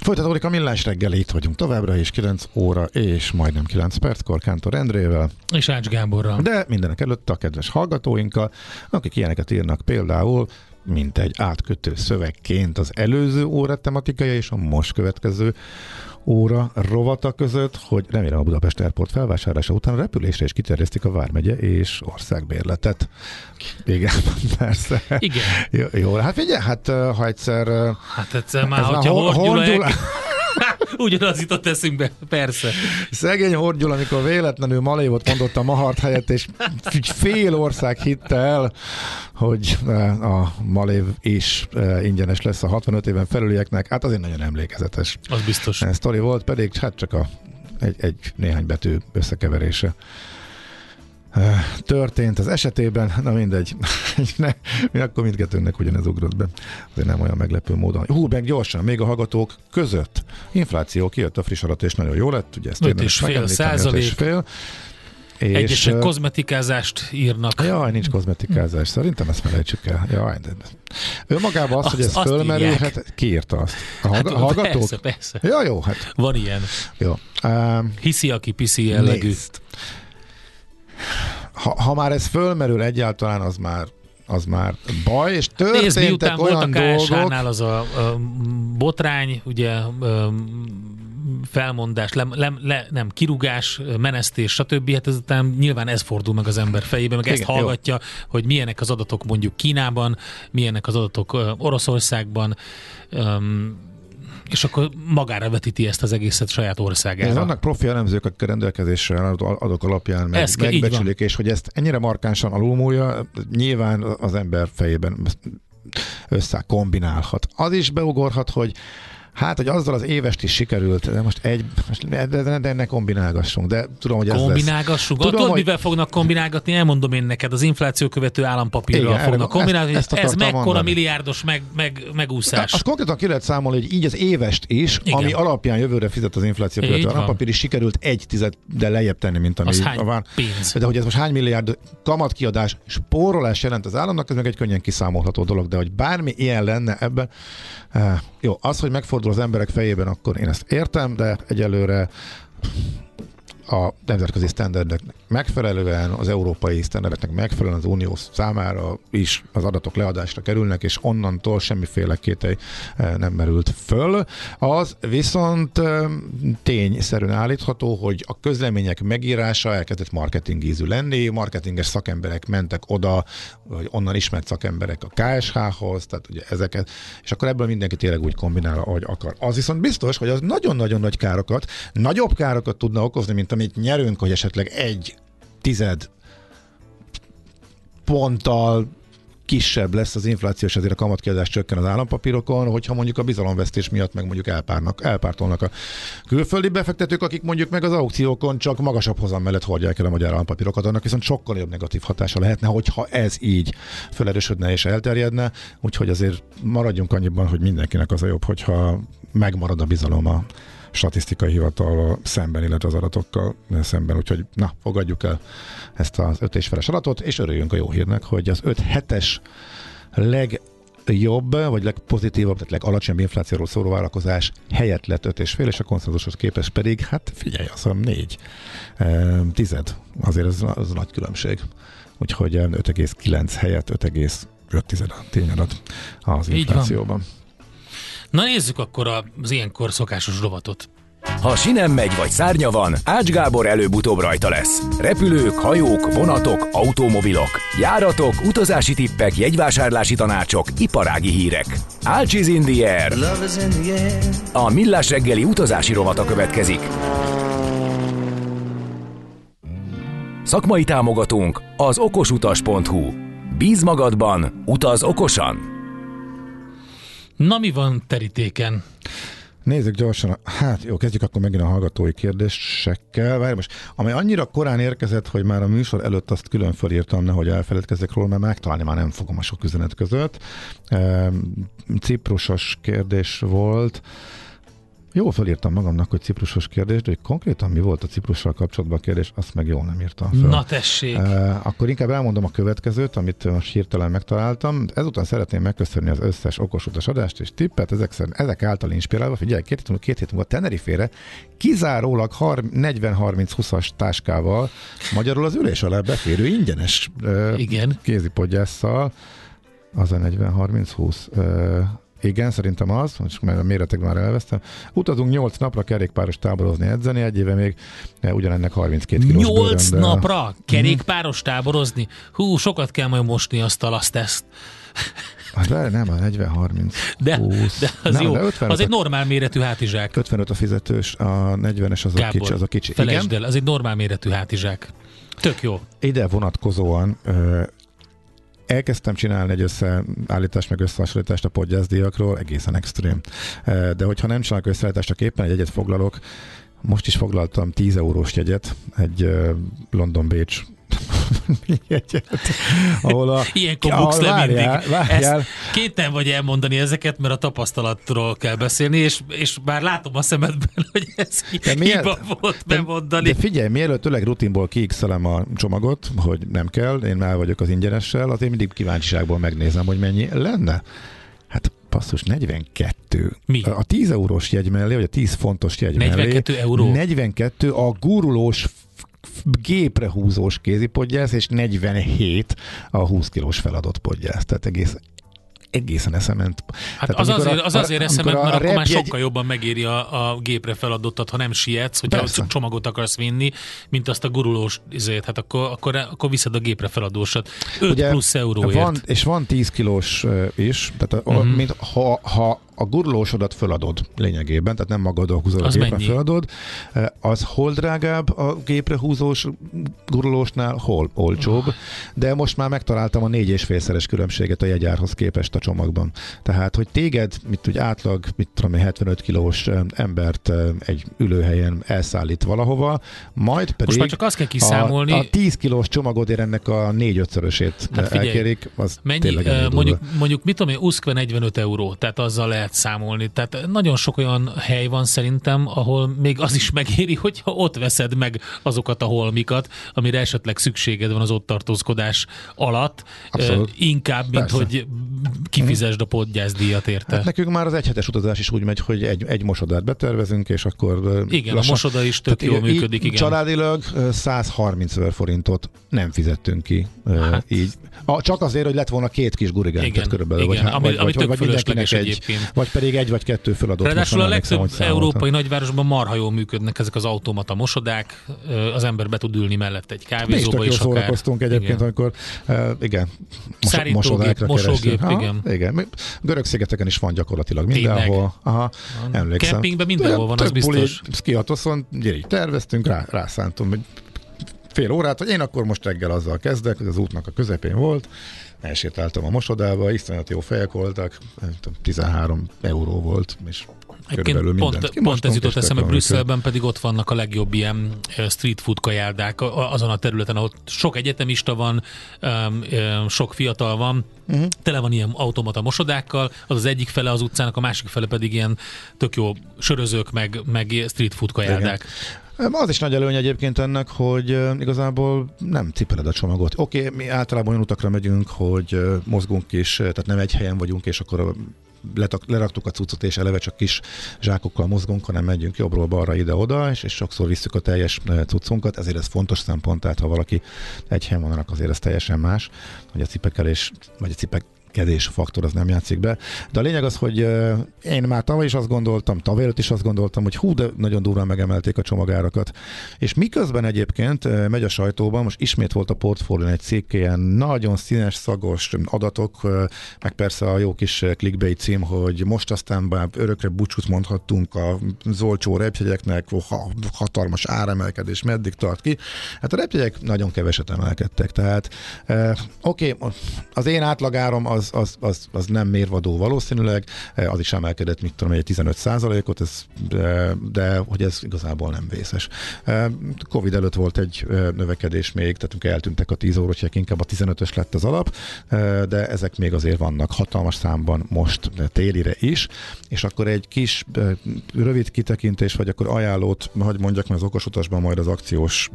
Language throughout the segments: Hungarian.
Folytatódik a Millás reggel, itt vagyunk továbbra is 9 óra és majdnem 9 perckor Kántor Endrével. És Ács Gáborral. De mindenek előtt a kedves hallgatóinkkal, akik ilyeneket írnak például, mint egy átkötő szövegként az előző óra tematikája és a most következő óra rovata között, hogy remélem a Budapest Airport felvásárlása után a repülésre is kiterjesztik a vármegye és országbérletet. Igen, persze. Igen. Jó, hát figyelj, hát ha egyszer... Hát egyszer már, hogyha Horn ugyanaz jutott eszünkbe, persze. Szegény Horn Gyula, amikor véletlenül Malévot mondott a Mahart helyett, és fél ország hitte el, hogy a Malév is ingyenes lesz a 65 éven felülieknek. Hát azért nagyon emlékezetes. Az biztos. Sztori volt, pedig hát csak egy néhány betű összekeverése történt az esetében, na mindegy, mi akkor mindkettőnknek ugyanez ugrott be, azért nem olyan meglepő módon. Meg gyorsan, még a hallgatók között infláció, kijött a friss adat, és nagyon jó lett, ugye ezt 5,5%. Egyesek kozmetikázást írnak. Jaj, nincs kozmetikázás, szerintem ezt felejtsük el. Jaj, de önmagában az, hogy ez fölmerülhet, ki írta azt? A hallgatók? Persze. Ja, jó, hát. Van ilyen. Jó. Hiszi, aki piszi jellegű. Ha már ez fölmerül egyáltalán, az már baj, és történtek olyan dolgok... ASH-nál az a botrány, ugye felmondás, nem kirúgás, menesztés, stb. Hát ezután nyilván ez fordul meg az ember fejében, meg ezt hallgatja, jó, hogy milyenek az adatok mondjuk Kínában, milyenek az adatok Oroszországban, és akkor magára vetíti ezt az egészet saját országára. Vannak profi elemzők, akik a rendelkezésre adok alapján megbecsülik, és hogy ezt ennyire markánsan alulmúlja, nyilván az ember fejében összekombinálhat. Az is beugorhat, hogy hát, hogy azzal az évest is sikerült, de most de ne kombinálgassunk, de tudom, hogy ez kombinálgassunk? lesz. Tudod, mivel fognak kombinálgatni? Elmondom én neked, az infláció követő állampapírral fognak kombinálni. Ez mekkora milliárdos megúszás. Azt konkrétan ki lehet számolni, hogy így az évest is, igen, ami alapján jövőre fizet az infláció követő állampapír, is sikerült 1/10 lejjebb tenni, mint ami van. De hogy ez most hány milliárd kamatkiadás, spórolás jelent az államnak, ez meg egy könnyen kiszámolható dolog, de hogy bármi ilyen lenne ebben, jó, az, hogy megfordul az emberek fejében, akkor én ezt értem, de egyelőre a nemzetközi sztenderdeknek megfelelően, az európai sztenderdeknek megfelelően az unió számára is az adatok leadásra kerülnek, és onnantól semmiféle kételj nem merült föl. Az viszont tényszerűen állítható, hogy a közlemények megírása elkezdett marketingízű lenni, marketinges szakemberek mentek oda, vagy onnan ismert szakemberek a KSH-hoz, tehát ugye ezeket, és akkor ebből mindenki tényleg úgy kombinál, ahogy akar. Az viszont biztos, hogy az nagyon-nagyon nagy károkat, nagyobb károkat tudna okozni, mint amit nyerünk, hogy esetleg 1/10 ponttal kisebb lesz az infláció, és ezért a kamatkiadás csökken az állampapírokon, hogyha mondjuk a bizalomvesztés miatt meg mondjuk elpártolnak a külföldi befektetők, akik mondjuk meg az aukciókon csak magasabb hozam mellett hordják el a magyar állampapírokat, annak viszont sokkal jobb negatív hatása lehetne, hogyha ez így felerősödne és elterjedne, úgyhogy azért maradjunk annyiban, hogy mindenkinek az a jobb, hogyha megmarad a bizalom a statisztikai hivatal szemben, illetve az adatokkal szemben, úgyhogy na, fogadjuk el ezt az 5,5-es adatot, és örüljünk a jó hírnek, hogy az 5/7-es legjobb, vagy legpozitívabb, tehát legalacsonyabb inflációról szóló vállalkozás helyett lett 5,5, és a konszenzushoz képest pedig, hát figyelj, azt mondom, 4/10. Azért az nagy különbség. Úgyhogy 5,9 helyett 5,5 a tényadat az inflációban. Na nézzük akkor az ilyenkor szokásos rovatot. Ha sinem megy vagy szárnya van, Ács Gábor előbb-utóbb rajta lesz. Repülők, hajók, vonatok, automobilok, járatok, utazási tippek, jegyvásárlási tanácsok, iparági hírek. Ács is in the air. A Millás reggeli utazási rovata következik. Szakmai támogatónk az okosutas.hu. Bíz magadban, utaz okosan! Na, mi van terítéken? Nézzük gyorsan. Hát jó, kezdjük akkor megint a hallgatói kérdésekkel. Várj most, amely annyira korán érkezett, hogy már a műsor előtt azt külön felírtam, nehogy elfeledkezzek róla, mert megtalálni már nem fogom a sok üzenet között. Ciprusos kérdés volt. Jól felírtam magamnak, hogy ciprusos kérdés, de hogy konkrétan mi volt a Ciprussal kapcsolatban a kérdés, azt meg jól nem írtam fel. Na tessék! Akkor inkább elmondom a következőt, amit most hirtelen megtaláltam. Ezután szeretném megköszönni az összes okosutas adást és tippet, ezek által inspirálva, figyelj, két hét múlva Tenerifére kizárólag 40-30-20-as táskával, magyarul az ülés alá beférő ingyenes kézipodgyásszal, az a 40-30-20 igen, szerintem az, most a méretek már elvesztem. Utazunk 8 napra kerékpáros táborozni, edzeni, egy éve még ugyanennek 32 kilós 8 napra kerékpáros táborozni? Hú, sokat kell majd mosni azt a laszt. De nem, a 40-30. De az nem, jó. De az egy normál méretű hátizsák. 55 a fizetős, a 40-es az a kicsi. Felejtsd el, az egy normál méretű hátizsák. Tök jó. Ide vonatkozóan elkezdtem csinálni egy összeállítást, meg összehasonlítást a podgyászdíjakról, egészen extrém. De hogyha nem csinálok összeállítást, csak éppen egy jegyet foglalok, most is foglaltam 10 eurós jegyet, egy London-Bécs jegyet, ahol a... Ilyenkor buksz le mindig. Ezt kéten vagy elmondani ezeket, mert a tapasztalatról kell beszélni, és már látom a szemedben, hogy ez hiba volt bemondani. De figyelj, mielőtt tőleg rutinból kiixelem a csomagot, hogy nem kell, én már vagyok az ingyenessel, azért mindig kíváncsiságból megnézem, hogy mennyi lenne. Hát basszus, 42. Mi? A 10 eurós jegy mellé, vagy a 10 fontos jegy 42 mellé. Euró? 42 a gurulós gépre húzós kézipodgyász, és 47 a 20 kilós feladott podgyász. Tehát egészen eszement. Hát tehát az azért eszement, mert akkor már sokkal jobban megéri a gépre feladottat, ha nem sietsz, hogyha csomagot akarsz vinni, mint azt a gurulós izét. Hát akkor viszed a gépre feladósat. 5 ugye, plusz euróért. És van 10 kilós is, tehát mint ha a gurulósodat föladod lényegében, tehát nem magaddal húzod a gépre föladod, az hol drágább a gépre húzós gurulósnál, hol olcsóbb, de most már megtaláltam a 4,5-szeres különbséget a jegyárhoz képest a csomagban. Tehát, hogy téged, átlag, 75 kilós embert egy ülőhelyen elszállít valahova, majd pedig most már csak azt kell kiszámolni, a 10 kilós csomagodért ennek a 4-5-szörösét elkérik, az tényleg mondjuk mit tudom én, Uszkve 45 euró, tehát azzal lehet számolni. Tehát nagyon sok olyan hely van szerintem, ahol még az is megéri, hogyha ott veszed meg azokat a holmikat, amire esetleg szükséged van az ott tartózkodás alatt. Inkább, mint persze, hogy kifizesd a podgyászdíjat érte. Hát nekünk már az egyhetes utazás is úgy megy, hogy egy mosodát betervezünk, és akkor igen, lassan, a mosoda is tök jól működik. Igen. Családilag 130 000 forintot nem fizettünk ki. Hát. Így. Csak azért, hogy lett volna 2 kis gurigántet körülbelül. Igen, ami tök fölösleges egyébként. Vagy pedig 1 vagy 2 feladott. Ráadásul a legtöbb európai nagyvárosban marha jól működnek ezek az automata mosodák, az ember be tud ülni mellett egy kávézóba is akár. Szórakoztunk egyébként, amikor mosodákra mosógép, igen. Görög-szigeteken is van gyakorlatilag mindenhol. Aha, emlékszem. Kempingben mindenhol van, az biztos. Skiatoszon, így terveztünk, rászántunk, hogy fél órát, hogy én akkor most reggel azzal kezdek, hogy az útnak a közepén volt, elsétáltam a mosodába, iszonyat jó fejek voltak, 13 euró volt, és körülbelül pont ez jutott eszembe, Brüsszelben pedig ott vannak a legjobb ilyen street food kajárdák azon a területen, ahol sok egyetemista van, sok fiatal van, tele van ilyen automata mosodákkal, az egyik fele az utcának, a másik fele pedig ilyen tök jó sörözők, meg street food kajárdák. Igen. Az is nagy előny egyébként ennek, hogy igazából nem cipeled a csomagot. Oké, mi általában olyan utakra megyünk, hogy mozgunk is, tehát nem egy helyen vagyunk, és akkor leraktuk a cuccot, és eleve csak kis zsákokkal mozgunk, hanem megyünk jobbról balra ide-oda, és sokszor visszük a teljes cuccunkat, ezért ez fontos szempont, tehát ha valaki egy helyen van, annak azért ez teljesen más, hogy a cipekelés, vagy a cipekedés faktor az nem játszik be. De a lényeg az, hogy én már tavaly is azt gondoltam, tavaly előtt is azt gondoltam, hogy hú, de nagyon durván megemelték a csomagárakat. És miközben egyébként megy a sajtóban, most ismét volt a Portfólión egy cikk, ilyen nagyon színes, szagos adatok, meg persze a jó kis clickbait cím, hogy most aztán már örökre búcsút mondhattunk az olcsó repjegyeknek, hatalmas áremelkedés, meddig tart ki. Hát a repjegyek nagyon keveset emelkedtek, tehát oké, az én átlagárom az nem mérvadó valószínűleg, az is emelkedett, mit tudom, egy 15%-ot, de hogy ez igazából nem vészes. Covid előtt volt egy növekedés még, tehát eltűntek a 10 eurósek, inkább a 15-ös lett az alap, de ezek még azért vannak hatalmas számban most télire is, és akkor egy kis rövid kitekintés, vagy akkor ajánlót, hogy mondjak, mert az okosutasban majd az akciós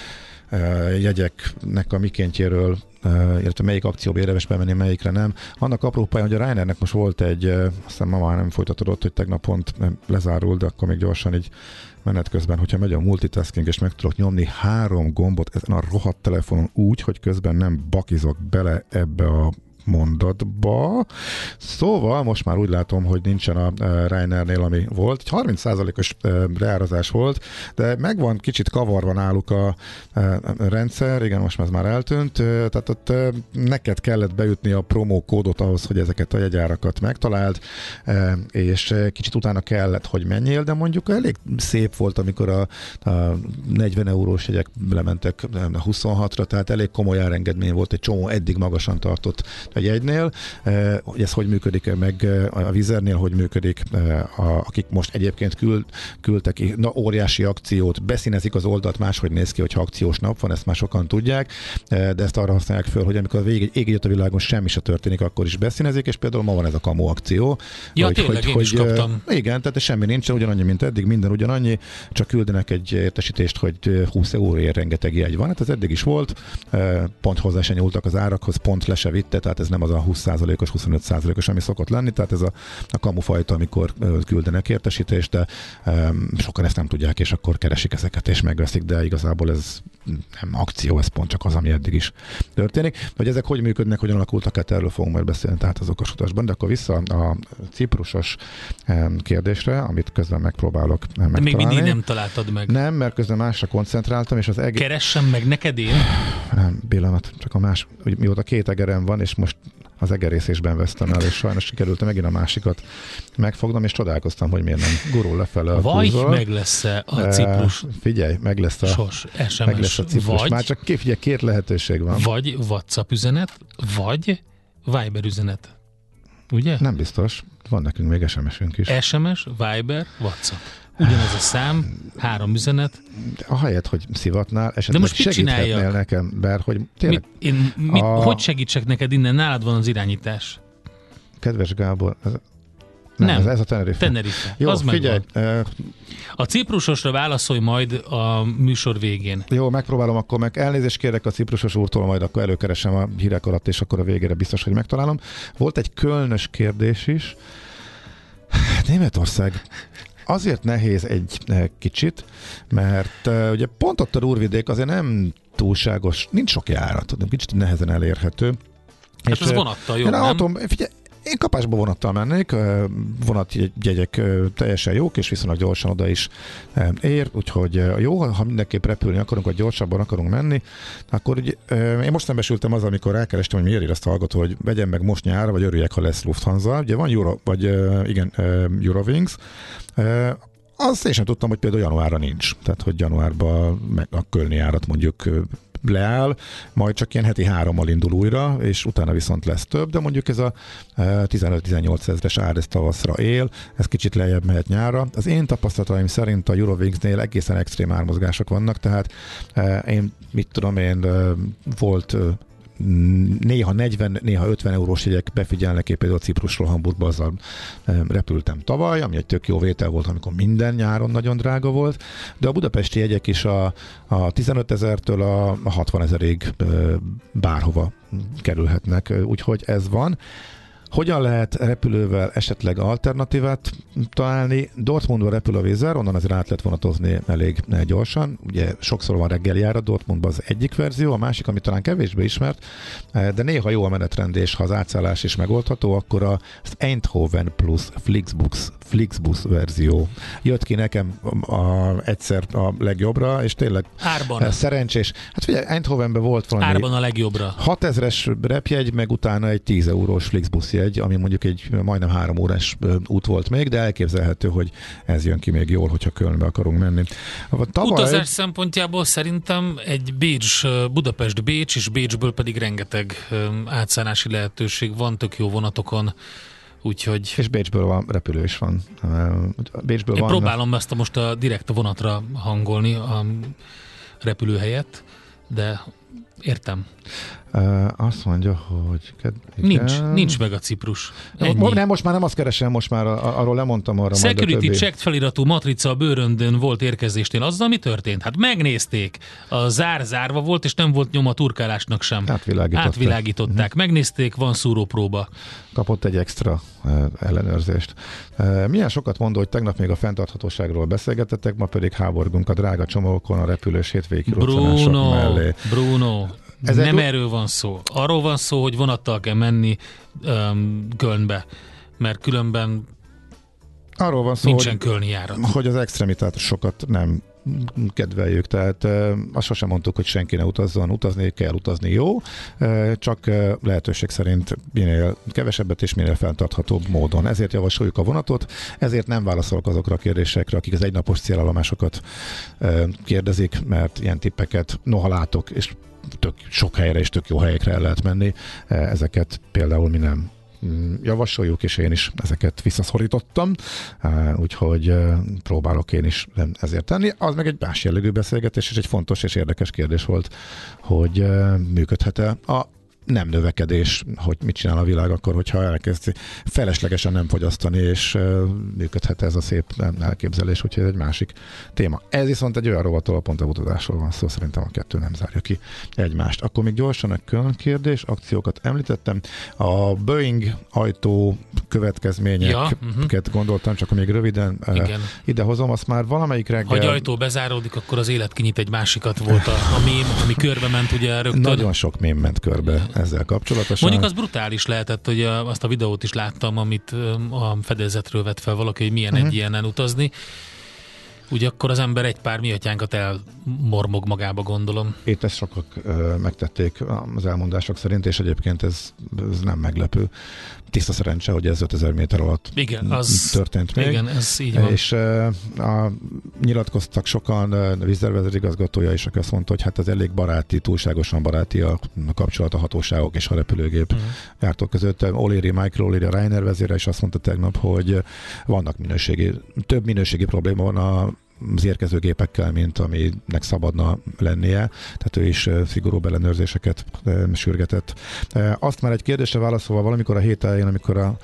jegyeknek a mikéntjéről, illetve melyik akcióba érdemes bemenni, melyikre nem. Annak aprópája, hogy a Ryanairnek most volt egy, aztán ma már nem folytatódott, hogy tegnap pont lezárul, de akkor még gyorsan így menet közben, hogyha megy a multitasking, és meg tudok nyomni 3 gombot ezen a rohadt telefonon úgy, hogy közben nem bakizok bele ebbe a mondatba. Szóval most már úgy látom, hogy nincsen a Ryanairnél, ami volt. Egy 30%-os leárazás volt, de megvan kicsit kavarva náluk a rendszer, igen, most már eltűnt, tehát ott neked kellett beütni a promókódot ahhoz, hogy ezeket a jegyárakat megtaláld, és kicsit utána kellett, hogy menjél, de mondjuk elég szép volt, amikor a 40 eurós jegyek lementek 26-ra, tehát elég komoly árengedmény volt, egy csomó eddig magasan tartott a jegynél, hogy ez hogy működik meg a Wizzairnél, hogy működik, akik most egyébként küldtek óriási akciót, beszínezik az oldalt, máshogy néz ki, hogyha akciós nap van, ezt már sokan tudják, de ezt arra használják föl, hogy amikor ég a világon semmi se történik, akkor is beszínezik, és például ma van ez a kamu akció. Ja, tényleg, én is kaptam. Igen, tehát semmi nincsen, ugyanannyi, mint eddig, minden ugyanannyi, csak küldenek egy értesítést, hogy 20 euróért rengeteg jegy van, hát ez eddig is volt, pont hozzá se nyúltak az árakhoz, pont le se vitte, tehát ez nem az a 20%-os, 25%-os, ami szokott lenni, tehát ez a kamufajta, amikor küldenek értesítést, de sokan ezt nem tudják, és akkor keresik ezeket, és megveszik, de igazából ez nem akció, ez pont csak az, ami eddig is történik. Hogy ezek hogy működnek, hogyan alakultak át, erről fogunk majd beszélni, tehát az okosutasban, de akkor vissza a ciprusos kérdésre, amit közben megpróbálok megtalálni. De még mindig nem találtad meg. Nem, mert közben másra koncentráltam, és az Keressem meg neked én? Nem, pillanat, csak a más, mióta 2 egerem van, és most az egerészésben vesztem el, és sajnos sikerült megint a másikat megfognom, és csodálkoztam, hogy miért nem gurul lefele a kurzor. Vagy meg lesz-e a Ciprus? Figyelj, meg lesz a SMS, meg lesz a Ciprus. Vagy, már csak figyelj, 2 lehetőség van. Vagy WhatsApp üzenet, vagy Viber üzenet. Ugye? Nem biztos. Van nekünk még SMS-ünk is. SMS, Viber, WhatsApp. Ugyanaz a szám, 3 üzenet. Ahelyett, hogy szivatnál, esetleg segíthetnél nekem, bár hogy tényleg... Hogy segítsek neked innen? Nálad van az irányítás. Kedves Gábor, nem, ez a Tenerife. Jó, az figyelj. A ciprusosra válaszolj majd a műsor végén. Jó, megpróbálom akkor meg. Elnézést kérek a ciprusos úrtól, majd akkor előkeresem a hírek alatt, és akkor a végére biztos, hogy megtalálom. Volt egy kölnös kérdés is. Németország azért nehéz egy kicsit, mert ugye pont ott a Ruhrvidék azért nem túlságos, nincs sok járat, kicsit nehezen elérhető. Hát ez vonattal jó, nem? Figyelj, én kapásba vonattal mennék, vonatjegyek teljesen jók, és viszonylag gyorsan oda is ér, úgyhogy jó, ha mindenképp repülni akarunk, vagy gyorsabban akarunk menni, akkor ugye, én most szembesültem az, amikor rákerestem, hogy miért ír ezt hallgató, hogy vegyem meg most nyárra, vagy örüljek, ha lesz Lufthansa. Ugye van Eurowings, azt én sem tudtam, hogy például januárra nincs. Tehát, hogy januárban a kölni járat mondjuk leáll, majd csak ilyen heti 3-mal indul újra, és utána viszont lesz több, de mondjuk ez a 15-18 ezres ár ez tavaszra él, ez kicsit lejjebb mehet nyárra. Az én tapasztalataim szerint a Eurowingsnél egészen extrém ármozgások vannak, tehát volt néha 40, néha 50 eurós jegyek befigyelnek, én például Ciprusról Hamburgba azzal repültem tavaly, ami egy tök jó vétel volt, amikor minden nyáron nagyon drága volt, de a budapesti jegyek is a 15 000-től a 60 000-ig bárhova kerülhetnek, úgyhogy ez van. Hogyan lehet repülővel esetleg alternatívát találni? Dortmundba repül a Wizzair, onnan azért át lehet vonatozni elég gyorsan. Ugye sokszor van reggeli járat, Dortmundban az egyik verzió, a másik, ami talán kevésbé ismert, de néha jó a menetrend, és ha az átszállás is megoldható, akkor az Eindhoven plus Flixbus verzió jött ki nekem egyszer a legjobbra, és tényleg árban. Szerencsés. Hát figyelj, Eindhovenben volt valami árban a legjobbra. 6000-es repjegy, meg utána egy 10 eurós Flixbus jegy, Pécs-Szeged, ami mondjuk egy majdnem 3 órás út volt még, de elképzelhető, hogy ez jön ki még jól, hogyha Kölnbe akarunk menni. Utazás szempontjából szerintem egy Budapest-Bécs, és Bécsből pedig rengeteg átszállási lehetőség van, tök jó vonatokon. Úgyhogy... És Bécsből van, repülő is van. Bécsből Én próbálom ezt most direkt a vonatra hangolni a repülőhelyet, de értem. Azt mondja, hogy... Nincs meg a Ciprus. Nem, most már nem azt keresem, most már arról lemondtam arra. Security check feliratú matrica a bőröndön volt érkezésnél. Azzal mi történt? Hát megnézték. A zárva volt, és nem volt nyoma a turkálásnak sem. Átvilágították. Megnézték, van szúrópróba. Kapott egy extra ellenőrzést. Milyen sokat mondó, hogy tegnap még a fenntarthatóságról beszélgetettek, ma pedig háborgunk a drága csomagokon a repülős hétvégi kiroccanások mellé. Bruno, nem erről van szó. Arról van szó, hogy vonattal kell menni Kölnbe, mert különben arról van szó, nincsen kölni járat. Hogy az extremitásokat nem kedveljük, tehát azt sosem mondtuk, hogy senki ne utazzon, utazni kell, utazni jó, csak lehetőség szerint minél kevesebbet és minél fenntarthatóbb módon. Ezért javasoljuk a vonatot, ezért nem válaszolok azokra a kérdésekre, akik az egynapos célállomásokat kérdezik, mert ilyen tippeket noha látok, és tök sok helyre és tök jó helyekre el lehet menni. Ezeket például mi nem javasoljuk, és én is ezeket visszaszorítottam, úgyhogy próbálok én is ezért tenni. Az meg egy más jellegű beszélgetés, és egy fontos és érdekes kérdés volt, hogy működhet-e a nem növekedés, hogy mit csinál a világ akkor, hogyha elkezdi feleslegesen nem fogyasztani, és működhet ez a szép elképzelés, úgyhogy ez egy másik téma. Ez viszont egy olyan rovatól, pont a utazásról van szó, szerintem a kettő nem zárja ki egymást. Akkor még gyorsan egy külön kérdés, akciókat említettem. A Boeing ajtó következményeket gondoltam, csak még röviden idehozom, azt már valamelyik reggel... Ha egy ajtó bezáródik, akkor az élet kinyit egy másikat, volt a mém, ami körbe ment ugye rögtön. Nagyon sok mém ment körbe ezzel kapcsolatosan. Mondjuk az brutális lehetett, hogy azt a videót is láttam, amit a fedezetről vett fel valaki, hogy milyen egy ilyenen utazni. Ugye akkor az ember egy pár miatyánkat elmormog magába, gondolom. Itt ezt sokak megtették az elmondások szerint, és egyébként ez nem meglepő. Tiszta szerencse, hogy ez 5000 méter alatt történt még. Igen, ez így van. És nyilatkoztak sokan, a vízszervezet igazgatója is, aki azt mondta, hogy hát ez elég baráti, túlságosan baráti a kapcsolat a hatóságok és a repülőgép jártók között. Michael O'Leary, a Ryanair vezére is azt mondta tegnap, hogy vannak több minőségi probléma van az érkező gépekkel, mint aminek szabadna lennie, tehát ő is szigorú ellenőrzéseket sürgetett. Azt már egy kérdésre válaszolva valamikor a hét elején, amikor a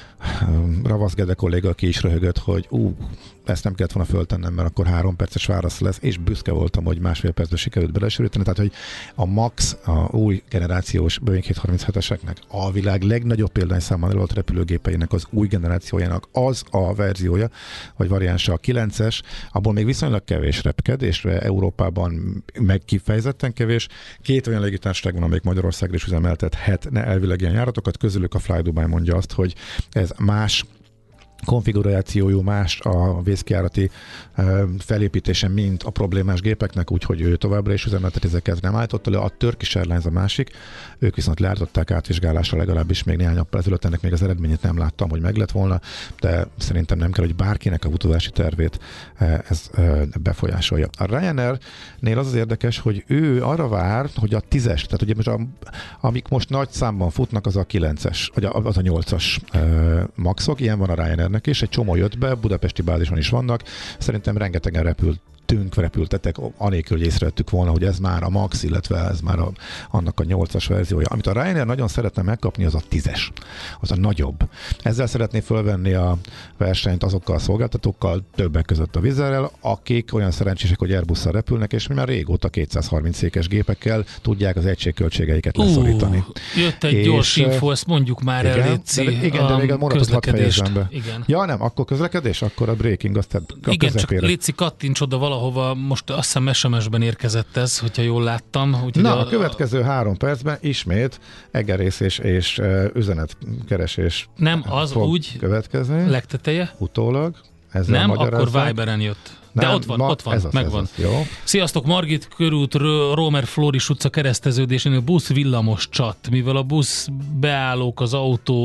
Ravasz Gede kolléga, aki is röhögött, hogy ezt nem kellett volna föltennem, mert akkor 3 perces válasz lesz, és büszke voltam, hogy 1,5 percben sikerült belesűríteni. Tehát, hogy a MAX, a új generációs Boeing 737-eseknek a világ legnagyobb példányszámban előtt repülőgépeinek az új generációjának az a verziója, vagy variánsa a 9-es, abból még viszonylag kevés repked, és Európában meg kifejezetten kevés. 2 olyan légitársaság van, amelyik Magyarországra is üzemeltethetne elvileg ilyen járatokat, közülük a Fly Dubai mondja azt, hogy ez más konfigurációjú, más a vészkijárati felépítése, mint a problémás gépeknek, úgyhogy ő továbbra is üzemeltet, ezeket nem állított elő. A Turkish Airlines a másik, ők viszont leállították átvizsgálásra, legalábbis még néhány nappal ezelőtt, ennek még az eredményét nem láttam, hogy meg lett volna, de szerintem nem kell, hogy bárkinek a utazási tervét ez befolyásolja. A Ryanair-nél az érdekes, hogy ő arra vár, hogy a 10-es, tehát ugye most amik most nagy számban futnak, az a 9-es, vagy az a 8-as maxok, ilyen van a Ryanairnek is, egy csomó jött be, budapesti bázison is vannak, szerintem rengetegen repültetek, anélkül, hogy észrevettük volna, hogy ez már a Max, illetve ez már annak a 8-as verziója. Amit a Ryanair nagyon szeretne megkapni, az a 10-es, az a nagyobb. Ezzel szeretné fölvenni a versenyt azokkal a szolgáltatókkal, többek között a Wizz Airrel, akik olyan szerencsések, hogy Airbusszal repülnek, és mi már régóta 230 székes gépekkel tudják az egységköltségeiket leszorítani. Jött egy gyors info, ezt mondjuk már el, Léci, igen, de még a mondatot hadd fejezzem be. Igen. Ja, nem, akkor közlekedés, akkor a breaking, aztán a igen, közepére. csak Léci, kattints oda valahova, most azt hiszem SMS-ben érkezett ez, hogyha jól láttam. Na, a következő 3 percben ismét egerészés és üzenetkeresés. Nem, az úgy következni. legteteje? Utólag. Ezzel nem, akkor Viberen jött. De ott van, megvan. Jó. Sziasztok, Margit körút, Rómer Flóris utca kereszteződésénél busz villamos csat, mivel a busz belóg az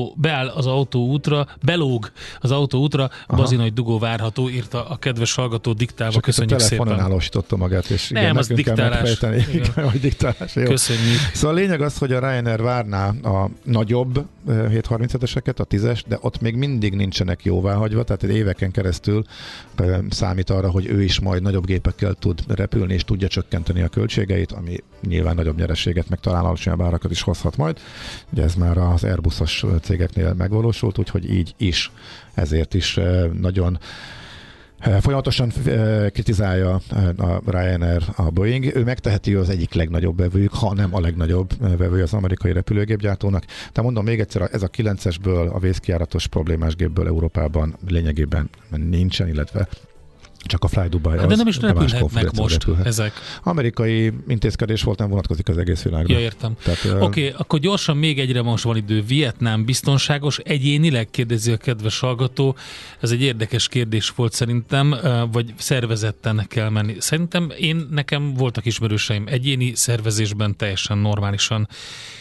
autóútra, bazinai dugó várható, írta a kedves hallgató diktálva. Köszönjük szépen. Telefonon állósította magát, és nem, igen, az diktálás. Diktálás. Jó. Köszönjük. Szóval a lényeg az, hogy a Ryanair várná a nagyobb 737-eseket, a 10-es, de ott még mindig nincsenek jóváhagyva, tehát éveken keresztül számít arra, hogy ő is majd nagyobb gépekkel tud repülni, és tudja csökkenteni a költségeit, ami nyilván nagyobb nyereséget, meg talán alacsonyabb árakat is hozhat majd. Ugye ez már az Airbusos cégeknél megvalósult, úgyhogy így is, ezért is nagyon folyamatosan kritizálja a Ryanair a Boeing. Ő megteheti, az egyik legnagyobb vevőjük, ha nem a legnagyobb vevője az amerikai repülőgépgyártónak. De mondom még egyszer, ez a 9-esből, a vészkijáratos problémás gépből Európában lényegében nincsen, illetve csak a Fly Dubai. De nem is repülhetnek most ezek. Amerikai intézkedés volt, nem vonatkozik az egész világra. Ja, értem. Oké, akkor gyorsan még egyre most van idő. Vietnám biztonságos? Egyénileg, kérdezi a kedves hallgató. Ez egy érdekes kérdés volt szerintem, vagy szervezetten kell menni. Szerintem nekem voltak ismerőseim egyéni szervezésben teljesen normálisan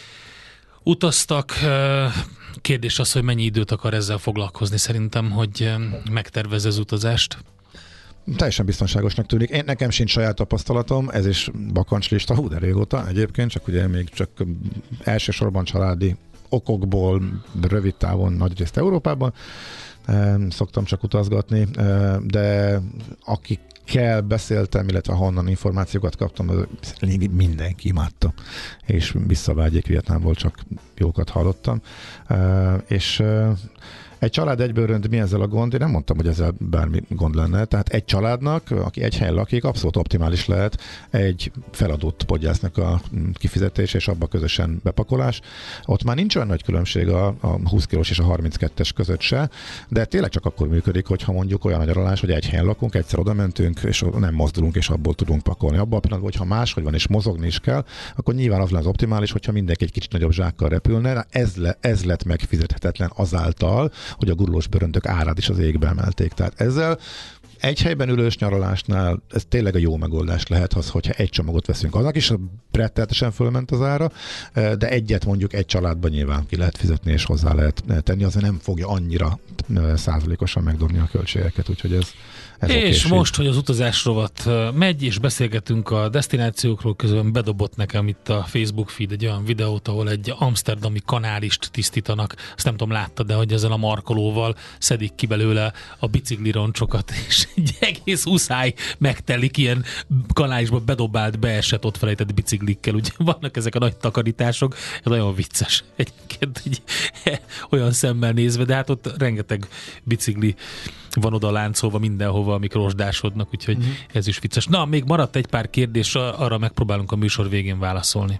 utaztak. Kérdés az, hogy mennyi időt akar ezzel foglalkozni. Szerintem, hogy megtervez az utazást. Teljesen biztonságosnak tűnik. Nekem sincs saját tapasztalatom, ez is bakancslista, de régóta egyébként, csak ugye még csak elsősorban családi okokból, rövid távon, nagyrészt Európában szoktam csak utazgatni, de akikkel beszéltem, illetve honnan információkat kaptam, mindenki imádta, és visszavágyék Vietnámból, csak jókat hallottam. És egy család egybőrönt, mi ezzel a gond? Én nem mondtam, hogy ezzel bármi gond lenne. Tehát egy családnak, aki egy helyen lakik, abszolút optimális lehet egy feladott podgyásznak a kifizetés, és abba közösen bepakolás. Ott már nincs olyan nagy különbség a 20 kilós és a 32-es között se, de tényleg csak akkor működik, hogyha mondjuk olyan a nyaralás, hogy egy helyen lakunk, egyszer oda mentünk, és nem mozdulunk, és abból tudunk pakolni. Abban a pillanatban, hogyha máshogy van, és mozogni is kell, akkor nyilván az lenne az optimális, hogyha mindenki egy kicsit nagyobb zsákkal repülne. Ez lett megfizethetetlen azáltal, hogy a gurulós bőröndök árát is az égbe emelték. Tehát ezzel egy helyben ülős nyaralásnál ez tényleg a jó megoldás lehet, hogyha egy csomagot veszünk. Annak is rettenetesen fölment az ára, de egyet mondjuk egy családban nyilván ki lehet fizetni, és hozzá lehet tenni, azért nem fogja annyira százalékosan megdobni a költségeket, úgyhogy ez és most, hogy az utazás rovat megy, és beszélgetünk a desztinációkról, közben bedobott nekem itt a Facebook feed egy olyan videót, ahol egy amszterdami kanálist tisztítanak, azt nem tudom, láttad, de hogy ezzel a markolóval szedik ki belőle a biciklironcsokat, és egy egész uszály megtelik ilyen kanálisba bedobált, beesett, ott felejtett biciklikkel, ugye vannak ezek a nagy takarítások, ez nagyon vicces egyébként, olyan szemmel nézve, de hát ott rengeteg bicikli van oda láncolva mindenhova, amik rozsdásodnak, úgyhogy ez is vicces. Na, még maradt egy pár kérdés, arra megpróbálunk a műsor végén válaszolni.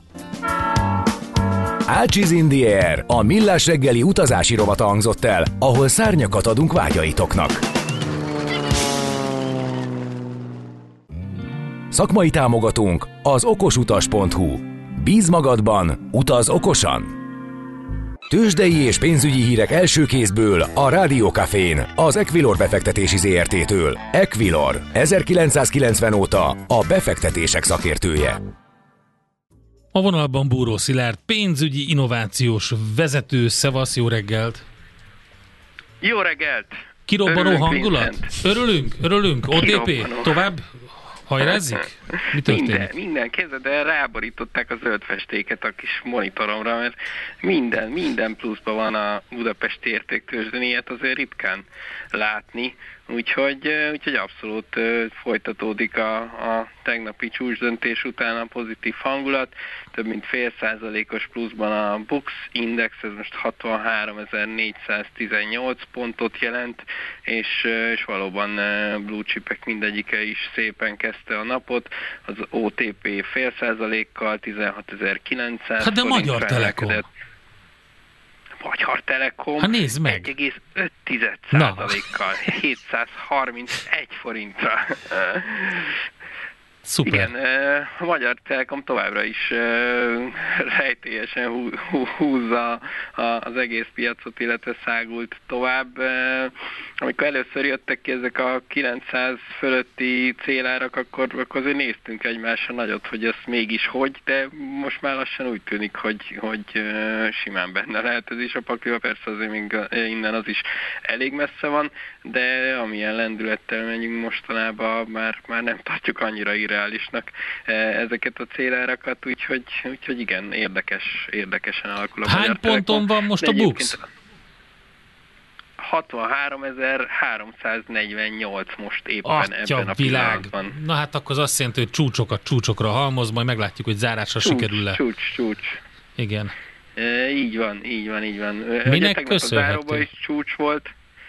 Ácsiz in the Air, a millás reggeli utazási rovata hangzott el, ahol szárnyakat adunk vágyaitoknak. Szakmai támogatónk az okosutas.hu. Bíz magadban, utaz okosan! Tőzsdei és pénzügyi hírek első kézből a Rádió Cafén, az Equilor befektetési ZRT-től. Equilor, 1990 óta a befektetések szakértője. A vonalban Búró Szilárd, pénzügyi innovációs vezető. Szevasz, jó reggelt! Jó reggelt! Kirobbanó hangulat? Örülünk? OTP? Tovább? Hajrázik? Mi történik? Minden kezdet, de ráborították a zöld festéket a kis monitoromra, mert minden pluszban van a budapesti értéktőzsdén, ilyet azért ritkán látni, úgyhogy abszolút folytatódik a tegnapi csúcsdöntés után a pozitív hangulat, több mint 0,5%-os pluszban a Bux Index, ez most 63.418 pontot jelent, és valóban blue chipek mindegyike is szépen kezdte a napot, az OTP 0,5%-kal 16.900 Hát de Magyar Telekom. Magyar Telekom hát nézd meg. 1,5%-kal 731 forintra. Szuper. Igen, a Magyar Telekom továbbra is rejtélyesen húzza az egész piacot, illetve szágult tovább. Amikor először jöttek ki ezek a 900 fölötti célárak, akkor azért néztünk egymásra nagyot, hogy ez mégis hogy, de most már lassan úgy tűnik, hogy simán benne lehet ez is a pakliba, persze azért még innen az is elég messze van, de amilyen lendülettel megyünk mostanában, már nem tartjuk annyira irreálisnak ezeket a célárakat, úgyhogy igen, érdekesen alakul a Magyar Telekom. Hány ponton van most a BUX? 63.348 most éppen ebben a pillanatban. Na hát akkor az azt jelenti, hogy csúcsokra halmoz, majd meglátjuk, hogy zárásra sikerül-e. Csúcs. Igen. Így van. Minek köszönhető? A záróban is csúcs volt.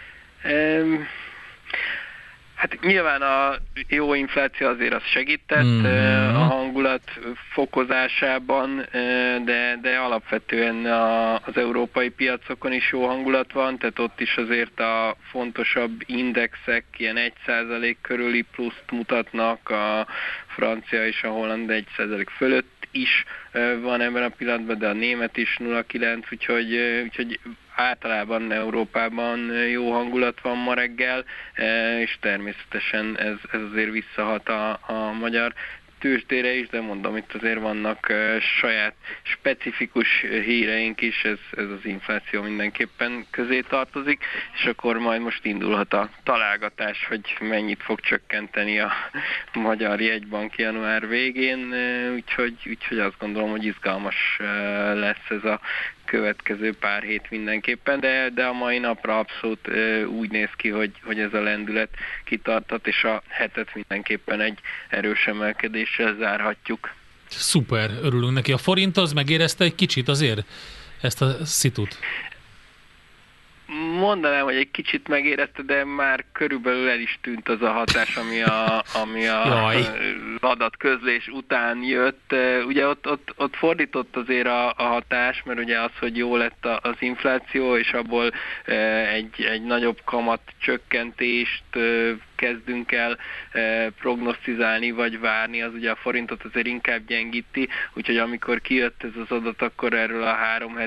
Hát nyilván a jó infláció azért az segített a hangulat fokozásában, de alapvetően az európai piacokon is jó hangulat van, tehát ott is azért a fontosabb indexek ilyen 1% körüli pluszt mutatnak, a francia és a holland 1% fölött is van ebben a pillanatban, de a német is 0,9, úgyhogy általában Európában jó hangulat van ma reggel, és természetesen ez azért visszahat a magyar tőzsdére is, de mondom, itt azért vannak saját specifikus híreink is, ez az infláció mindenképpen közé tartozik, és akkor majd most indulhat a találgatás, hogy mennyit fog csökkenteni a Magyar Jegybank január végén, úgyhogy azt gondolom, hogy izgalmas lesz ez a következő pár hét mindenképpen, de a mai napra abszolút úgy néz ki, hogy ez a lendület kitartat, és a hetet mindenképpen egy erős emelkedéssel zárhatjuk. Szuper, örülünk neki. A forint az megérezte egy kicsit azért ezt a szitut? Mondanám, hogy egy kicsit megérezte, de már körülbelül el is tűnt az a hatás, ami a adatközlés után jött. Ugye ott fordított azért a hatás, mert ugye az, hogy jó lett az infláció, és abból egy nagyobb kamat csökkentést kezdünk el prognosztizálni vagy várni, az ugye a forintot azért inkább gyengíti, úgyhogy amikor kijött ez az adat, akkor erről a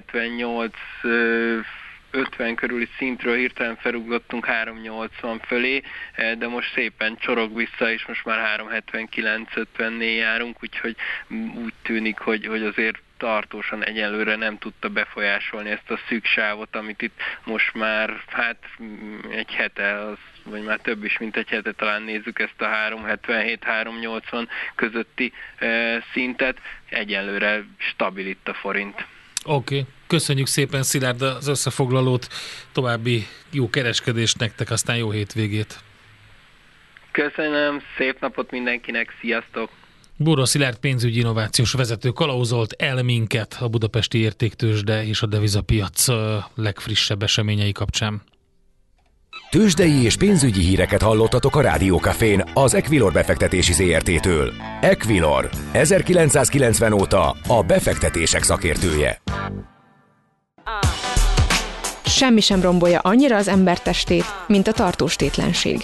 3,78-50 körüli szintről hirtelen felugrottunk 3,80 fölé, de most szépen csorog vissza, és most már 3,79-50-nél járunk, úgyhogy úgy tűnik, hogy azért tartósan egyelőre nem tudta befolyásolni ezt a szűk sávot, amit itt most már egy hete, vagy már több is, mint egy hete talán nézzük ezt a 3,77-3,80 közötti szintet. Egyelőre stabil itt a forint. Oké. Köszönjük szépen, Szilárd, az összefoglalót, további jó kereskedést nektek, aztán jó hétvégét. Köszönöm, szép napot mindenkinek, sziasztok! Bóra Szilárd pénzügyi innovációs vezető kalauzolt el minket a budapesti értéktőzsde és a devizapiac legfrissebb eseményei kapcsán. Tőzsdei és pénzügyi híreket hallottatok a Rádió Cafén az Equilor befektetési ZRT-től. Equilor, 1990 óta a befektetések szakértője. Semmi sem rombolja annyira az ember testét, mint a tartóstétlenség.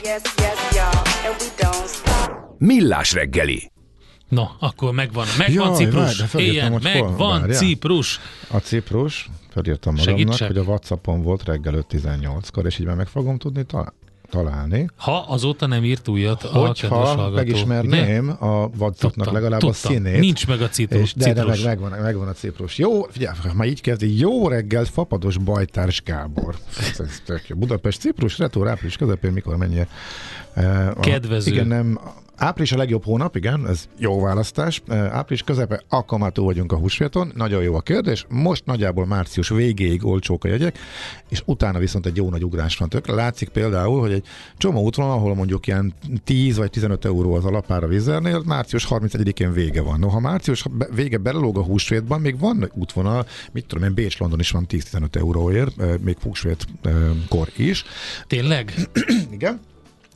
Millás reggeli. No, akkor megvan Ciprus. Megvan Ciprus. A Ciprus, felírtam magamnak, hogy a WhatsAppon volt reggel 5:18-kor, és így már meg fogom tudni találni. Ha azóta nem írt újat a kedves hallgató. Ha megismerném a WhatsAppnak legalább a színét. Nincs meg a Ciprus. De megvan a Ciprus. Jó, figyelj, ma így kezdi. Jó reggelt, Fapados Bajtárs Gábor. Ez tök jó. Budapest, Ciprus, retúr, április közepén, mikor mennyire. Kedvező. Igen, nem. Április a legjobb hónap, igen, ez jó választás. Április közepe, akkor már túl vagyunk a húsvéton. Nagyon jó a kérdés. Most nagyjából március végéig olcsók a jegyek, és utána viszont egy jó nagy ugrás van tökre. Látszik például, hogy egy csomó útvonal, ahol mondjuk ilyen 10 vagy 15 euró az alapár a Wizzairnél, március 31-én vége van. Ha március vége belelóg a húsvétban, még van útvonal, mit tudom én, Bécs-London is van 10-15 euróért, még húsvétkor is. Tényleg? Igen.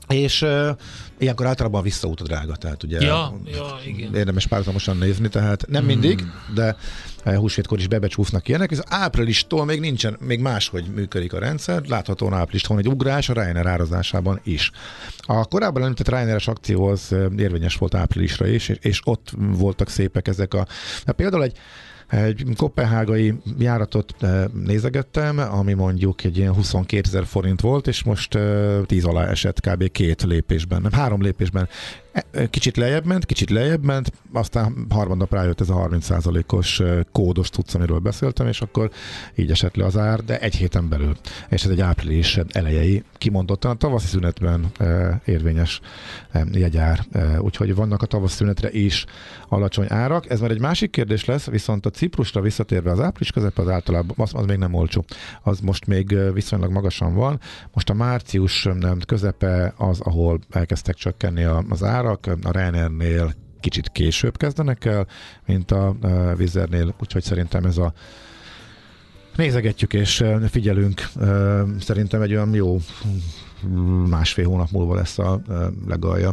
És ilyenkor általában visszaút a drága, tehát ugye igen. Érdemes párhuzamosan nézni, tehát nem mindig, de húsvétkor is bebecsúsznak ilyenek, és áprilistól még nincsen, még máshogy működik a rendszer, láthatóan áprilistól van egy ugrás a Ryanair árazásában is. A korábban említett Ryanair-es akció az érvényes volt áprilisra is, és ott voltak szépek ezek például egy koppenhágai járatot nézegettem, ami mondjuk egy ilyen 22 000 forint volt, és most 10 alá esett kb. 2 lépésben, nem 3 lépésben. Kicsit lejjebb ment, aztán harmadnap rájött ez a 30%-os kódos cucc, amiről beszéltem, és akkor így esett le az ár, de egy héten belül. És ez egy április elejei, kimondottan a tavaszi szünetben érvényes jegyár. Úgyhogy vannak a tavaszi szünetre is alacsony árak. Ez már egy másik kérdés lesz, viszont a Ciprusra visszatérve az április közepe az általában, az még nem olcsó. Az most még viszonylag magasan van. Most a március közepe az, ahol elkezdtek csökkenni az árak. A Ryanairnél kicsit később kezdenek el, mint a Wizz Airnél, úgyhogy szerintem ez nézegetjük és figyelünk. Szerintem egy olyan jó 1,5 hónap múlva lesz a legalja.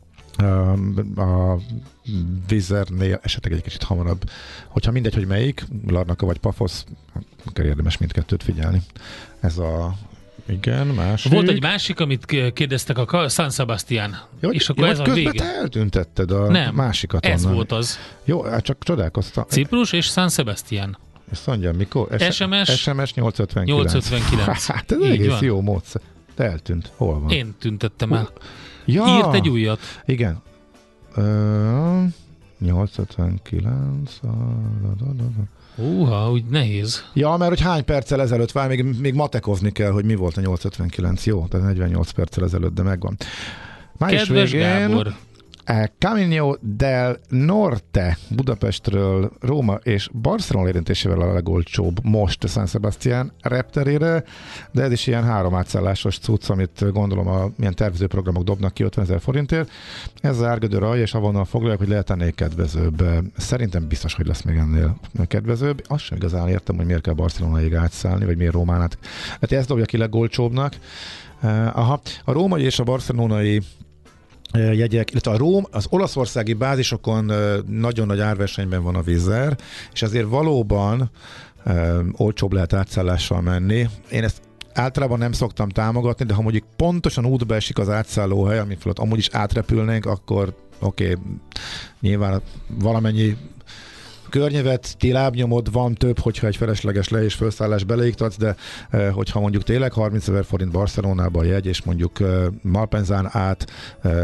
A Wizz Airnél esetleg egy kicsit hamarabb. Hogyha mindegy, hogy melyik, Larnaca vagy Paphos, akkor érdemes mindkettőt figyelni. Ez a igen, másik. Volt egy másik, amit kérdeztek, a San Sebastián. És akkor ez a vége. Közben te eltüntetted a másikat. Ez onnan. Volt az. Jó, csak csodálkoztam. Ciprus és San Sebastián. Ezt mondjam, mikor? SMS 859. 859. Hát ez így egész van. Jó módszer. Te eltűnt. Hol van? Én tüntettem el. Írt egy újat. Igen. 859. Úgy nehéz. Ja, mert hogy hány perccel ezelőtt vár, még matekozni kell, hogy mi volt a 859. Jó, tehát 48 perccel ezelőtt, de megvan. Kedves Gábor! Camino del Norte Budapestről Róma és Barcelona érintésével a legolcsóbb most San Sebastián repterére, de ez is ilyen 3 átszállásos cucc, amit gondolom milyen tervezőprogramok dobnak ki 50 000 forintért. Ez az árgödör és avonnal foglalják, hogy lehet ennél kedvezőbb. Szerintem biztos, hogy lesz még ennél kedvezőbb. Azt sem igazán értem, hogy miért kell Barcelonaig átszállni, vagy miért Rómán át. Hát ezt dobja ki legolcsóbbnak. A római és a barcelonai jegyek, illetve az olaszországi bázisokon nagyon nagy árversenyben van a Wizz Air, és azért valóban olcsóbb lehet átszállással menni. Én ezt általában nem szoktam támogatni, de ha mondjuk pontosan útba esik az átszállóhely, ami fölött amúgy is átrepülnénk, akkor oké, nyilván valamennyi környezeti lábnyomod van több, hogyha egy felesleges le- és felszállás beleiktatsz, de hogyha mondjuk tényleg 30 000 forint Barcelonába a jegy, és mondjuk Malpenzán át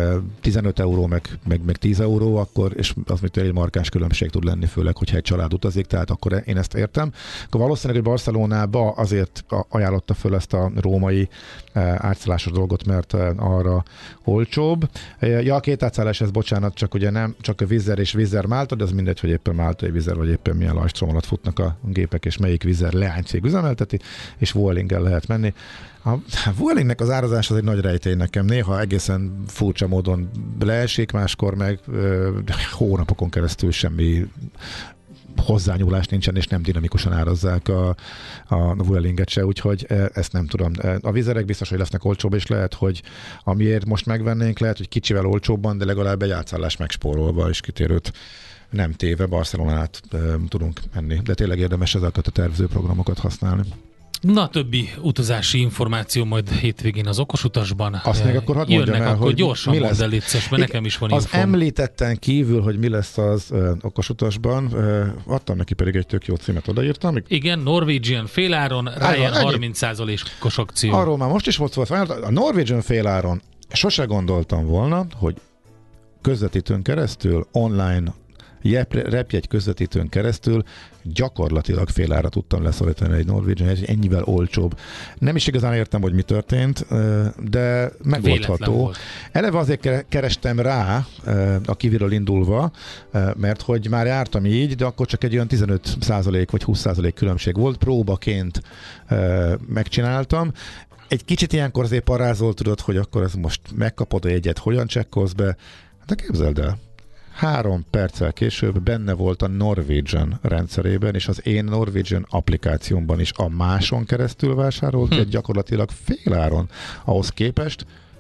15 euró, meg 10 euró, akkor, és az még egy markáns különbség tud lenni, főleg, hogyha egy család utazik, tehát akkor én ezt értem. Akkor valószínűleg, hogy Barcelonába azért ajánlotta föl ezt a római átszállásos dolgot, mert arra olcsóbb. Ja, a 2 átszállás, ez bocsánat, csak ugye nem csak a Wizz Air és Wizz Air Málta, de az mindegy, hogy éppen Máltai Wizz Air, vagy éppen milyen lajstrom alatt futnak a gépek, és melyik Wizz Air leánycég üzemelteti, és Vuelinggel lehet menni. A Vuelingnek az árazás az egy nagy rejtély nekem. Néha egészen furcsa módon leesik, máskor meg hónapokon keresztül semmi hozzányúlás nincsen, és nem dinamikusan árazzák a Vuelinget se, úgyhogy ezt nem tudom. A Wizz Airek biztos, hogy lesznek olcsóbb, és lehet, hogy amiért most megvennénk, lehet, hogy kicsivel olcsóbban, de legalább egy átszállás megspórolva és kitérőt nem téve Barcelonát tudunk menni. De tényleg érdemes ezeket a tervezőprogramokat használni. Na, többi utazási információ majd hétvégén az Okosutasban. Azt még akkor hadd mondjam el, akkor hogy gyorsan mondd el, létszes, mert nekem is van az infom. említetten kívül, hogy mi lesz az Okosutasban, adtam neki pedig egy tök jó címet, odaírtam. Igen, Norwegian féláron, Ryan 30%-os akció. Arról már most is volt szó, a Norwegian féláron sose gondoltam volna, hogy közvetítőn keresztül, online repjegy közvetítőn keresztül gyakorlatilag félára tudtam leszorítani egy Norwegian, ennyivel olcsóbb. Nem is igazán értem, hogy mi történt, de megoldható. Eleve azért kerestem rá a kiviről indulva, mert hogy már jártam így, de akkor csak egy olyan 15% vagy 20% különbség volt, próbaként megcsináltam. Egy kicsit ilyenkor azért parázol, tudod, hogy akkor ez most megkapod a jegyet, hogyan csekkolsz be, de képzeld el. 3 perccel később benne volt a Norwegian rendszerében, és az én Norwegian applikációmban is a máson keresztül vásárolt, gyakorlatilag féláron ahhoz képest,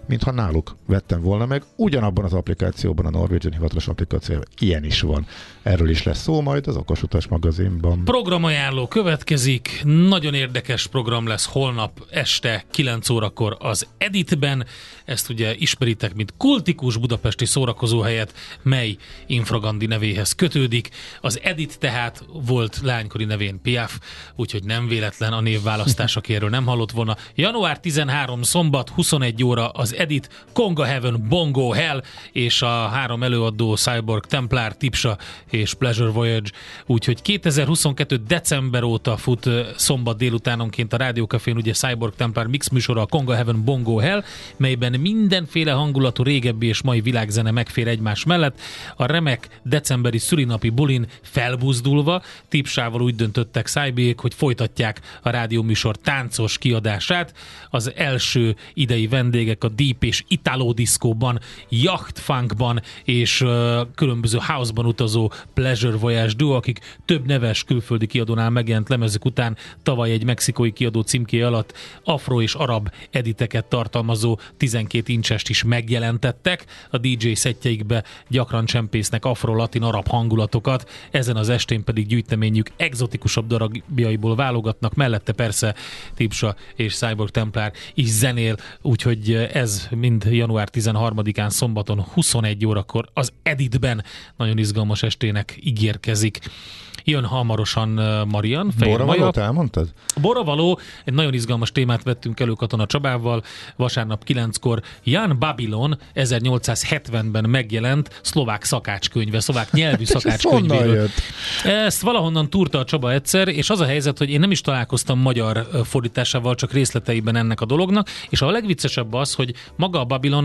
mintha náluk vettem volna meg, ugyanabban az applikációban, a Norwegian hivatalos applikációban. Ilyen is van. Erről is lesz szó majd az Okosutas magazinban. Programajánló következik, nagyon érdekes program lesz holnap este 9 órakor az Editben. Ezt ugye ismeritek, mint kultikus budapesti szórakozóhelyet, mely Infragandi nevéhez kötődik. Az Edit tehát volt leánykori nevén Piaf, úgyhogy nem véletlen a névválasztás, aki erről nem hallott volna. Január 13 szombat, 21 óra az Edit, Konga Heaven, Bongo Hell, és a 3 előadó Cyborg Templar, Tipsa és Pleasure Voyage. Úgyhogy 2022. december óta fut szombat délutánonként a Rádiókafén ugye Cyborg Templar mix műsora, a Konga Heaven, Bongo Hell, melyben mindenféle hangulatú régebbi és mai világzene megfér egymás mellett. A remek decemberi szülinapi bulin felbuzdulva Tipsával úgy döntöttek Cybiék, hogy folytatják a rádióműsor táncos kiadását. Az első idei vendégek a Deep és Italo Disco-ban, Yacht Funkban és különböző house-ban utazó Pleasure Voyage duo, akik több neves külföldi kiadónál megjelent lemezük után tavaly egy mexikói kiadó címkéje alatt afro és arab editeket tartalmazó 12 incsest is megjelentettek. A DJ szettjeikbe gyakran csempésznek afro-latin-arab hangulatokat, ezen az estén pedig gyűjteményük egzotikusabb darabjaiból válogatnak, mellette persze Tipsa és Cyborg Templar is zenél, úgyhogy ez mind január 13-án szombaton 21 órakor az Editben nagyon izgalmas estének ígérkezik. Jön hamarosan Marian. Boravalót elmondtad? Boravaló, egy nagyon izgalmas témát vettünk elő Katona Csabával. Vasárnap 9-kor Jan Babylon 1870-ben megjelent szlovák szakácskönyve, szlovák nyelvű szakácskönyvéről. Ezt valahonnan túrta a Csaba egyszer, és az a helyzet, hogy én nem is találkoztam magyar fordításával, csak részleteiben ennek a dolognak, és a legviccesebb az, hogy maga a Babylon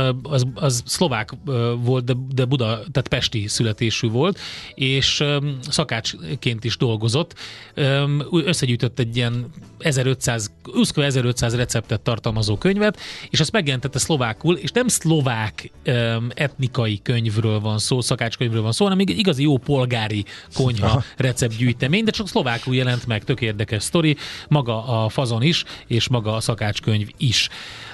az szlovák volt, de tehát pesti születésű volt, és szakácsként is dolgozott. Összegyűjtött egy ilyen 1500 receptet tartalmazó könyvet, és azt megjelentette szlovákul, és nem szlovák etnikai könyvről van szó, szakácskönyvről van szó, hanem igazi jó polgári konyha receptgyűjtemény, de csak szlovákul jelent meg, tök érdekes sztori, maga a fazon is, és maga a szakácskönyv is.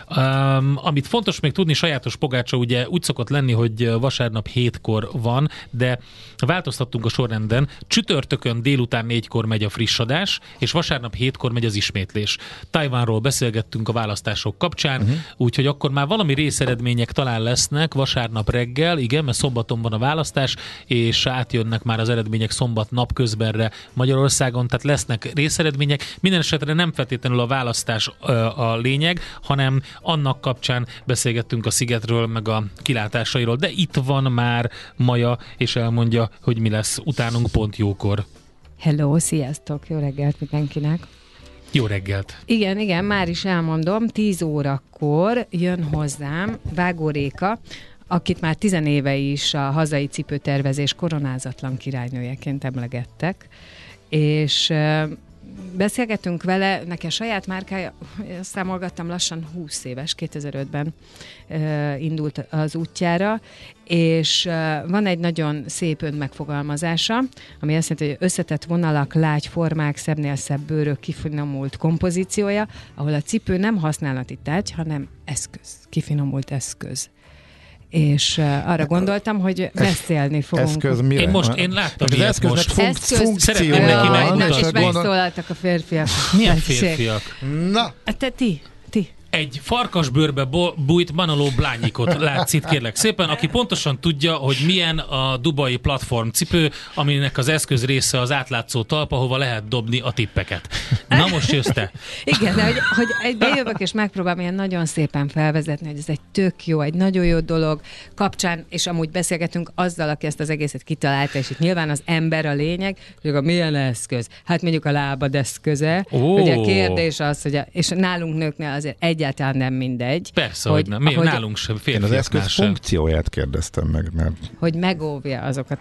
Amit fontos még tudni, sajátos pogácsa ugye úgy szokott lenni, hogy vasárnap 7-kor van, de változtattunk a sorrenden. Csütörtökön délután 4-kor megy a friss adás, és vasárnap 7-kor megy az ismétlés. Tajvánról beszélgettünk a választások kapcsán, úgyhogy akkor már valami részeredmények talán lesznek vasárnap reggel, igen, mert szombaton van a választás, és átjönnek már az eredmények szombat napközbenre Magyarországon, tehát lesznek részeredmények. Minden esetre nem feltétlenül a választás a lényeg, hanem annak kapcsán beszélgettünk a Szigetről, meg a kilátásairól, de itt van már Maja, és elmondja, hogy mi lesz utánunk pont jókor. Hello, sziasztok, jó reggelt mindenkinek. Jó reggelt. Igen, már is elmondom, 10 órakor jön hozzám Vágó Réka, akit már 10 éve is a hazai cipőtervezés koronázatlan királynőjeként emlegettek, és beszélgetünk vele, neki a saját márkája, számolgattam, lassan 20 éves, 2005-ben indult az útjára, és van egy nagyon szép önmegfogalmazása, ami azt jelenti, hogy összetett vonalak, lágy formák, szebbnél szebb bőrök, kifinomult kompozíciója, ahol a cipő nem használati tárgy, hanem eszköz, kifinomult eszköz. És arra gondoltam, hogy beszélni fogunk. Eszköz mire? Én láttam ilyet most. Szeretném neki megmutatni. És megszólaltak a férfiak. Milyen férfiak? Na! Te ti. Egy farkasbőrbe bújt Manolo Blányikot látsz itt, kérlek szépen, aki pontosan tudja, hogy milyen a dubai platformcipő, aminek az eszköz része az átlátszó talp, ahova lehet dobni a tippeket. Na most jössz te. Igen, de hogy bejövök és megpróbálom ilyen nagyon szépen felvezetni, hogy ez egy tök jó, egy nagyon jó dolog kapcsán, és amúgy beszélgetünk azzal, aki ezt az egészet kitalálta, és itt nyilván az ember a lényeg, hogy a milyen eszköz? Hát mondjuk a lábad eszköze. Ugye a kérdés az, hogy és nálunk nőknél azért egyáltalán nem mindegy. Persze, hogy nem. Miért nálunk sem férfiaknál sem. Én az eszköz funkcióját kérdeztem meg, mert... Hogy megóvja azokat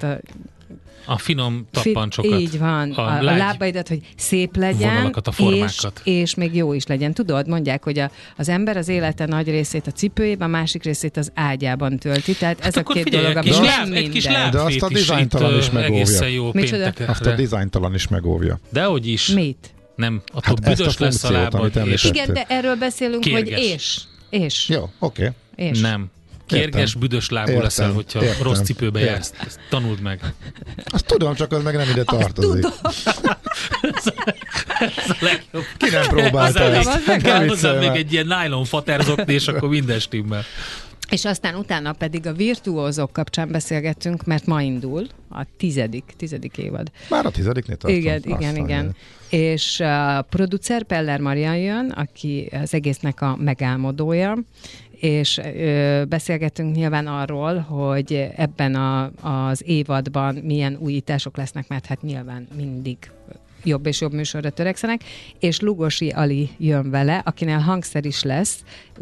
a finom tappancsokat. Így van. A lábaidat, hogy szép legyen, vonalakat, a formákat. És még jó is legyen. Tudod, mondják, hogy az ember az élete nagy részét a cipőjében, a másik részét az ágyában tölti. Tehát ez a két dolog, ami nem egy kis minden. De azt a dizájntalan is megóvja. Azt a dizájntalan is megóvja. Dehogy is. Mit? Nem, attól büdös lesz a lábad. Igen, de erről beszélünk, kérges. hogy és. És? Jó, oké. És? Nem. Kérges, büdös lábú leszel, hogyha rossz cipőbe jársz. Ezt tanuld meg. Azt tudom, csak az meg nem ide tartozik. Ez a legjobb. Ki nem próbálta ezt? Kell hozzám még egy ilyen nylon faterzokni, és akkor minden stimmel. És aztán utána pedig a virtuózok kapcsán beszélgettünk, mert ma indul a tizedik évad. Már a 10-nél tartom. Igen. És a producer Peller Marian jön, aki az egésznek a megálmodója, és beszélgettünk nyilván arról, hogy ebben az évadban milyen újítások lesznek, mert hát nyilván mindig jobb és jobb műsorra törekszenek, és Lugosi Ali jön vele, akinél hangszer is lesz,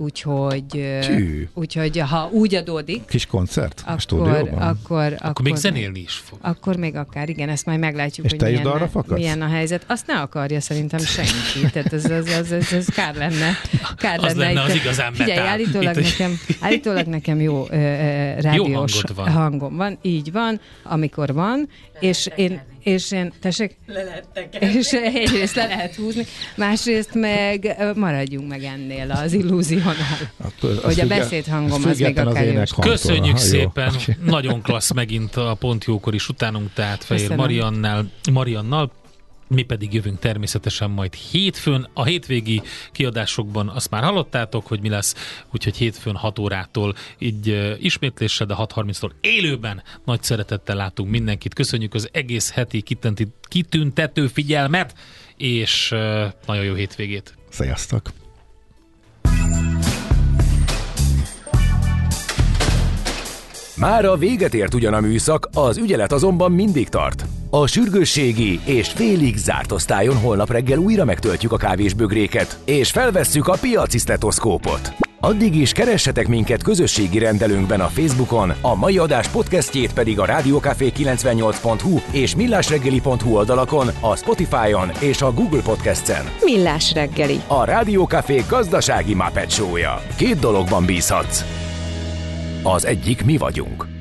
úgyhogy ha úgy adódik... Kis koncert a stúdióban? Akkor még zenélni is fog. Akkor még akár, igen, ezt majd meglátjuk, és hogy milyen a helyzet. Azt ne akarja szerintem senki, tehát ez kár lenne. Az lenne az igazán metál. Figyelj, állítólag nekem jó rádiós hangom van, így van, amikor van, és én tessék? És egyrészt le lehet húzni, másrészt meg maradjunk meg ennél az illúziónál, hogy a beszédhangom az még akár jó. Köszönjük szépen, nagyon klassz megint a Pont Jókor is utánunk, tehát Fehér Mariannal. Mi pedig jövünk természetesen majd hétfőn. A hétvégi kiadásokban azt már hallottátok, hogy mi lesz, úgyhogy hétfőn 6 órától így ismétléssel, de 6:30-tól élőben nagy szeretettel látunk mindenkit. Köszönjük az egész heti kitüntető figyelmet, és nagyon jó hétvégét. Sziasztok! Mára véget ért ugyan a műszak, az ügyelet azonban mindig tart. A sürgősségi és félig zárt osztályon holnap reggel újra megtöltjük a kávésbögréket, és felvesszük a piaci sztetoszkópot. Addig is keressetek minket közösségi rendelőnkben a Facebookon, a mai adás podcastjét pedig a rádiókafé98.hu és millásreggeli.hu oldalakon, a Spotify-on és a Google Podcast-en. Millás reggeli. A Rádiókafé gazdasági Muppet Show-ja. 2 dologban bízhatsz. Az egyik mi vagyunk.